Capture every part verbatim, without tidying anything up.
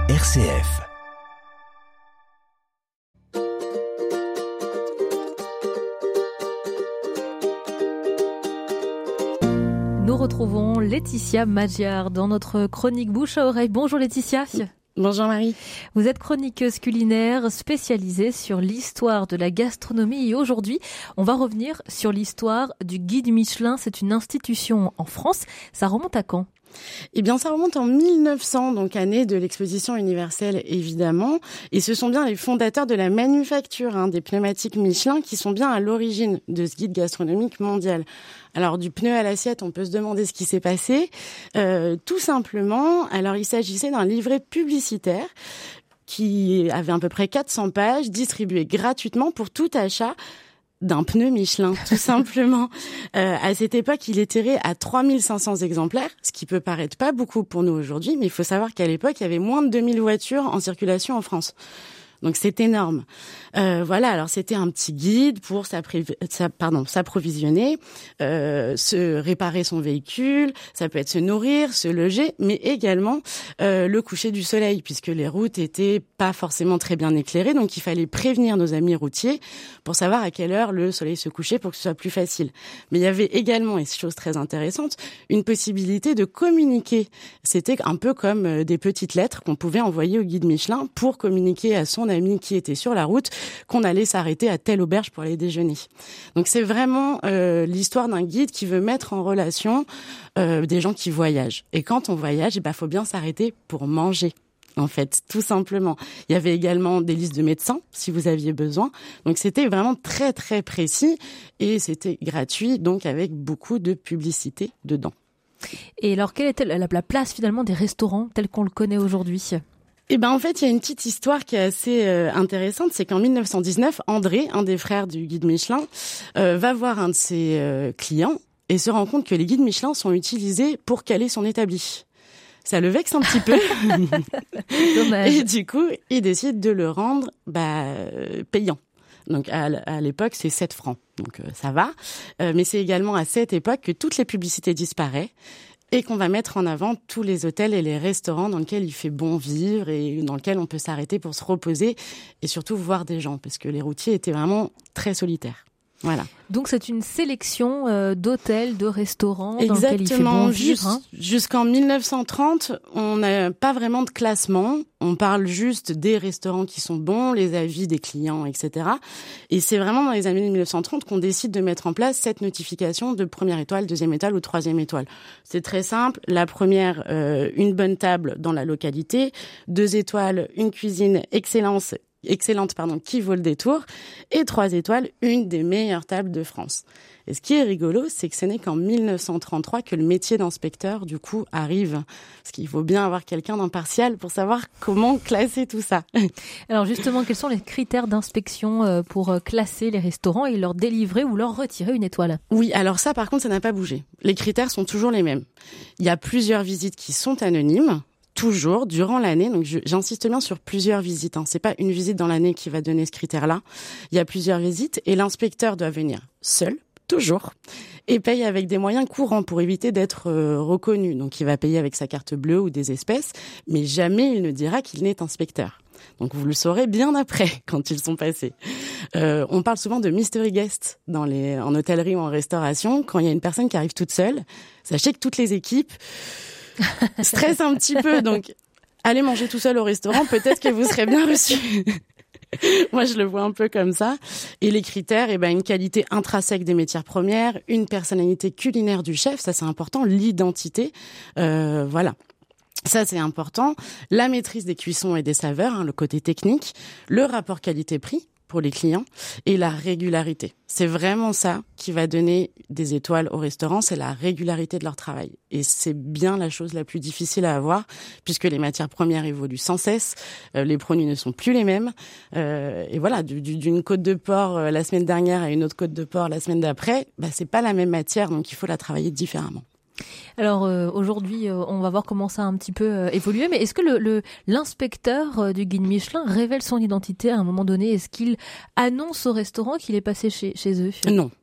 R C F. Nous retrouvons Laetitia Magyar dans notre chronique bouche à oreille. Bonjour Laetitia. Bonjour Marie. Vous êtes chroniqueuse culinaire spécialisée sur l'histoire de la gastronomie et aujourd'hui, on va revenir sur l'histoire du guide Michelin. C'est une institution en France. Ça remonte à quand ? Eh bien, ça remonte en mille neuf cents, donc année de l'exposition universelle, évidemment. Et ce sont bien les fondateurs de la manufacture hein, des pneumatiques Michelin qui sont bien à l'origine de ce guide gastronomique mondial. Alors, du pneu à l'assiette, on peut se demander ce qui s'est passé. Euh, tout simplement, alors il s'agissait d'un livret publicitaire qui avait à peu près quatre cents pages, distribué gratuitement pour tout achat d'un pneu Michelin, tout simplement. Euh, à cette époque, il était à trois mille cinq cents exemplaires, ce qui peut paraître pas beaucoup pour nous aujourd'hui, mais il faut savoir qu'à l'époque, il y avait moins de deux mille voitures en circulation en France. Donc c'est énorme. Euh, voilà, alors c'était un petit guide pour s'appré- sa, pardon, s'approvisionner, euh, se réparer son véhicule, ça peut être se nourrir, se loger, mais également euh, le coucher du soleil, puisque les routes étaient pas forcément très bien éclairées, donc il fallait prévenir nos amis routiers pour savoir à quelle heure le soleil se couchait pour que ce soit plus facile. Mais il y avait également, et chose très intéressante, une possibilité de communiquer. C'était un peu comme des petites lettres qu'on pouvait envoyer au guide Michelin pour communiquer à son ami qui était sur la route qu'on allait s'arrêter à telle auberge pour aller déjeuner. Donc c'est vraiment euh, l'histoire d'un guide qui veut mettre en relation euh, des gens qui voyagent. Et quand on voyage, il bah, faut bien s'arrêter pour manger. En fait, tout simplement. Il y avait également des listes de médecins, si vous aviez besoin. Donc, c'était vraiment très, très précis et c'était gratuit, donc avec beaucoup de publicité dedans. Et alors, quelle était la, la place finalement des restaurants tels qu'on le connaît aujourd'hui ? Eh ben en fait, il y a une petite histoire qui est assez euh, intéressante, c'est qu'en mille neuf cent dix-neuf, André, un des frères du guide Michelin, euh, va voir un de ses euh, clients et se rend compte que les guides Michelin sont utilisés pour caler son établi. Ça le vexe un petit peu. Dommage. Et du coup, il décide de le rendre bah, euh, payant. Donc à, à l'époque, c'est sept francs. Donc euh, ça va. Euh, mais c'est également à cette époque que toutes les publicités disparaissent et qu'on va mettre en avant tous les hôtels et les restaurants dans lesquels il fait bon vivre et dans lesquels on peut s'arrêter pour se reposer et surtout voir des gens parce que les routiers étaient vraiment très solitaires. Voilà. Donc c'est une sélection euh, d'hôtels, de restaurants Exactement, dans lesquels il fait bon vivre. Juste, hein. Jusqu'en mille neuf cent trente, on n'a pas vraiment de classement. On parle juste des restaurants qui sont bons, les avis des clients, et cetera. Et c'est vraiment dans les années mille neuf cent trente qu'on décide de mettre en place cette notification de première étoile, deuxième étoile ou troisième étoile. C'est très simple. La première, euh, une bonne table dans la localité. Deux étoiles, une cuisine excellence. excellente pardon, qui vaut le détour, et trois étoiles, une des meilleures tables de France. Et ce qui est rigolo, c'est que ce n'est qu'en mille neuf cent trente-trois que le métier d'inspecteur, du coup, arrive. Parce qu'il faut bien avoir quelqu'un d'impartial pour savoir comment classer tout ça. Alors justement, quels sont les critères d'inspection pour classer les restaurants et leur délivrer ou leur retirer une étoile ? Oui, alors ça, par contre, ça n'a pas bougé. Les critères sont toujours les mêmes. Il y a plusieurs visites qui sont anonymes, toujours, durant l'année, donc je, j'insiste bien sur plusieurs visites. Hein. C'est pas une visite dans l'année qui va donner ce critère-là. Il y a plusieurs visites et l'inspecteur doit venir seul, toujours, et paye avec des moyens courants pour éviter d'être euh, reconnu. Donc il va payer avec sa carte bleue ou des espèces, mais jamais il ne dira qu'il n'est inspecteur. Donc vous le saurez bien après, quand ils sont passés. Euh, on parle souvent de mystery guest dans les, en hôtellerie ou en restauration. Quand il y a une personne qui arrive toute seule, sachez que toutes les équipes stresse un petit peu, donc allez manger tout seul au restaurant, peut-être que vous serez bien reçu. Moi, je le vois un peu comme ça. Et les critères, eh ben, une qualité intrinsèque des matières premières, une personnalité culinaire du chef, ça c'est important, l'identité, euh, voilà. Ça, c'est important. La maîtrise des cuissons et des saveurs, hein, le côté technique, le rapport qualité-prix pour les clients et la régularité. C'est vraiment ça qui va donner des étoiles au restaurant, c'est la régularité de leur travail. Et c'est bien la chose la plus difficile à avoir puisque les matières premières évoluent sans cesse, euh, les produits ne sont plus les mêmes. Euh, et voilà, du, du, d'une côte de porc euh, la semaine dernière à une autre côte de porc la semaine d'après, bah, c'est pas la même matière, donc il faut la travailler différemment. Alors euh, aujourd'hui, euh, on va voir comment ça a un petit peu euh, évolué, mais est-ce que le, le l'inspecteur euh, du guide Michelin révèle son identité à un moment donné ? Est-ce qu'il annonce au restaurant qu'il est passé chez, chez eux ? Non.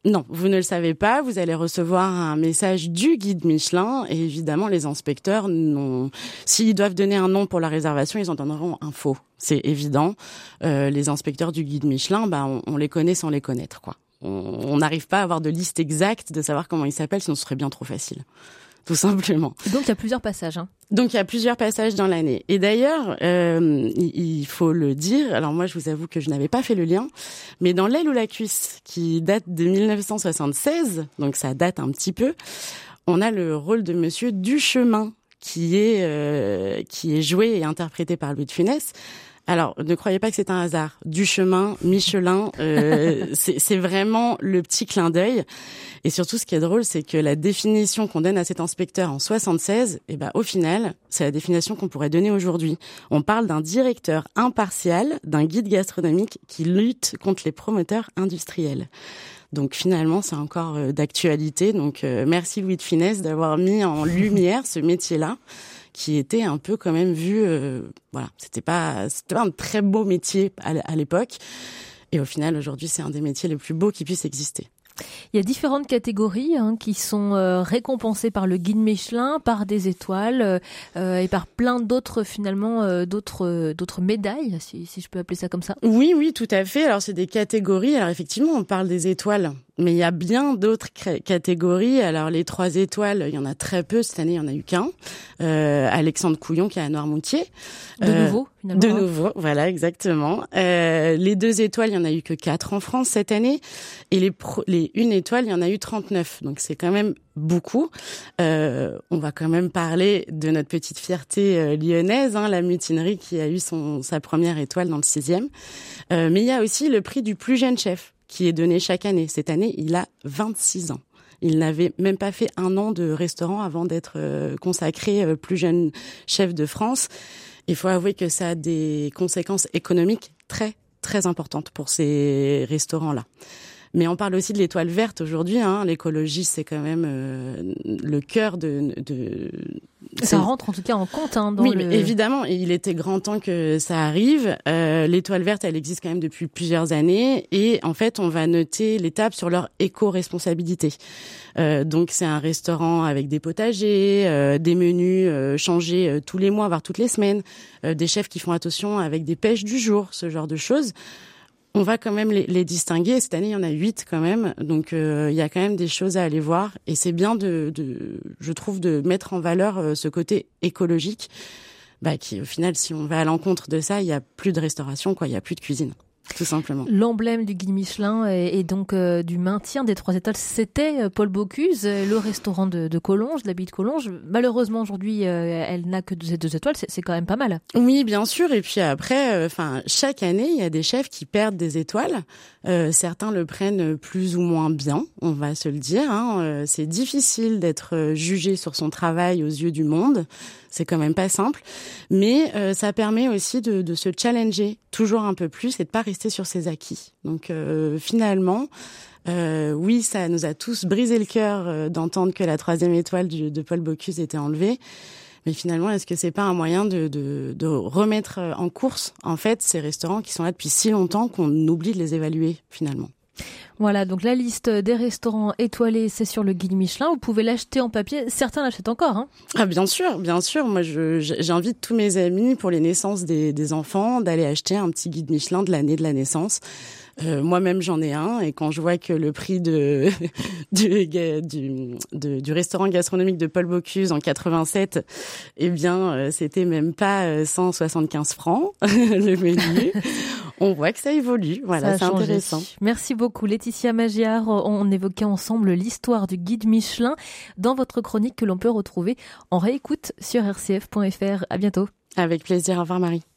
Non, vous ne le savez pas. Vous allez recevoir un message du guide Michelin et évidemment, les inspecteurs, n'ont... s'ils doivent donner un nom pour la réservation, ils en donneront un faux. C'est évident. Euh, les inspecteurs du guide Michelin, bah, on, on les connaît sans les connaître, quoi. On n'arrive pas à avoir de liste exacte de savoir comment ils s'appellent, sinon ce serait bien trop facile. Tout simplement. Donc il y a plusieurs passages. Hein. Donc il y a plusieurs passages dans l'année. Et d'ailleurs, euh, il, il faut le dire, alors moi je vous avoue que je n'avais pas fait le lien, mais dans L'aile ou la cuisse, qui date de dix-neuf cent soixante-seize, donc ça date un petit peu, on a le rôle de Monsieur Duchemin, qui est, euh, qui est joué et interprété par Louis de Funès. Alors, ne croyez pas que c'est un hasard. Duchemin, Michelin, euh, c'est, c'est vraiment le petit clin d'œil. Et surtout, ce qui est drôle, c'est que la définition qu'on donne à cet inspecteur en soixante-seize, eh ben, au final, c'est la définition qu'on pourrait donner aujourd'hui. On parle d'un directeur impartial, d'un guide gastronomique qui lutte contre les promoteurs industriels. Donc finalement, c'est encore euh, d'actualité. Donc euh, merci Louis de Funès d'avoir mis en lumière ce métier-là, qui était un peu quand même vu, euh, voilà, c'était pas, c'était pas un très beau métier à, à l'époque. Et au final, aujourd'hui, c'est un des métiers les plus beaux qui puissent exister. Il y a différentes catégories hein, qui sont euh, récompensées par le guide Michelin, par des étoiles euh, et par plein d'autres finalement euh, d'autres euh, d'autres médailles, si, si je peux appeler ça comme ça. Oui, oui, tout à fait. Alors c'est des catégories. Alors effectivement, on parle des étoiles, mais il y a bien d'autres c- catégories. Alors les trois étoiles, il y en a très peu. Cette année, il y en a eu qu'un. Euh, Alexandre Couillon qui est à Noirmoutier. De euh, nouveau, finalement. De nouveau, voilà, exactement. Euh, les deux étoiles, il y en a eu que quatre en France cette année. Et les, pro- les une étoile, il y en a eu trente-neuf. Donc c'est quand même beaucoup. Euh, on va quand même parler de notre petite fierté euh, lyonnaise, hein, la mutinerie qui a eu son, sa première étoile dans le sixième. Euh, mais il y a aussi le prix du plus jeune chef qui est donné chaque année. Cette année, il a vingt-six ans. Il n'avait même pas fait un an de restaurant avant d'être euh, consacré euh, plus jeune chef de France. Il faut avouer que ça a des conséquences économiques très, très importantes pour ces restaurants-là. Mais on parle aussi de l'étoile verte aujourd'hui. Hein. L'écologie, c'est quand même euh, le cœur de... de ça c'est... rentre en tout cas en compte. Hein, dans oui, le... mais évidemment, il était grand temps que ça arrive. Euh, l'étoile verte, elle existe quand même depuis plusieurs années. Et en fait, on va noter les tables sur leur éco-responsabilité. Euh, donc, c'est un restaurant avec des potagers, euh, des menus euh, changés euh, tous les mois, voire toutes les semaines, euh, des chefs qui font attention avec des pêches du jour, ce genre de choses. On va quand même les, les distinguer. Cette année, il y en a huit quand même. Donc, euh, il y a quand même des choses à aller voir. Et c'est bien, de, de, je trouve, de mettre en valeur euh, ce côté écologique. Bah, qui, au final, si on va à l'encontre de ça, il n'y a plus de restauration, quoi. Il n'y a plus de cuisine. Tout simplement. L'emblème du guide Michelin et, et donc euh, du maintien des trois étoiles, c'était Paul Bocuse, le restaurant de, de Collonges, de l'abbaye de Collonges. Malheureusement, aujourd'hui, euh, elle n'a que ces deux étoiles. C'est, c'est quand même pas mal. Oui, bien sûr. Et puis après, enfin, euh, chaque année, il y a des chefs qui perdent des étoiles. Euh, certains le prennent plus ou moins bien, on va se le dire. Hein. Euh, c'est difficile d'être jugé sur son travail aux yeux du monde. C'est quand même pas simple, mais euh, ça permet aussi de, de se challenger toujours un peu plus et de pas rester sur ses acquis. Donc euh, finalement, euh, oui, ça nous a tous brisé le cœur euh, d'entendre que la troisième étoile du, de Paul Bocuse était enlevée. Mais finalement, est-ce que c'est pas un moyen de, de, de remettre en course en fait ces restaurants qui sont là depuis si longtemps qu'on oublie de les évaluer finalement? Voilà, donc la liste des restaurants étoilés, c'est sur le guide Michelin. Vous pouvez l'acheter en papier. Certains l'achètent encore. Hein. Ah bien sûr, bien sûr. Moi, je, j'invite tous mes amis pour les naissances des, des enfants d'aller acheter un petit guide Michelin de l'année de la naissance. Euh, moi-même, j'en ai un. Et quand je vois que le prix de, du, du, de, du restaurant gastronomique de Paul Bocuse en quatre-vingt-sept, eh bien, euh, c'était même pas cent soixante-quinze francs le menu. On voit que ça évolue. Voilà, ça c'est intéressant. Merci beaucoup, Laetitia Magyar. On évoquait ensemble l'histoire du guide Michelin dans votre chronique que l'on peut retrouver en réécoute sur r c f point f r. À bientôt. Avec plaisir. Au revoir, Marie.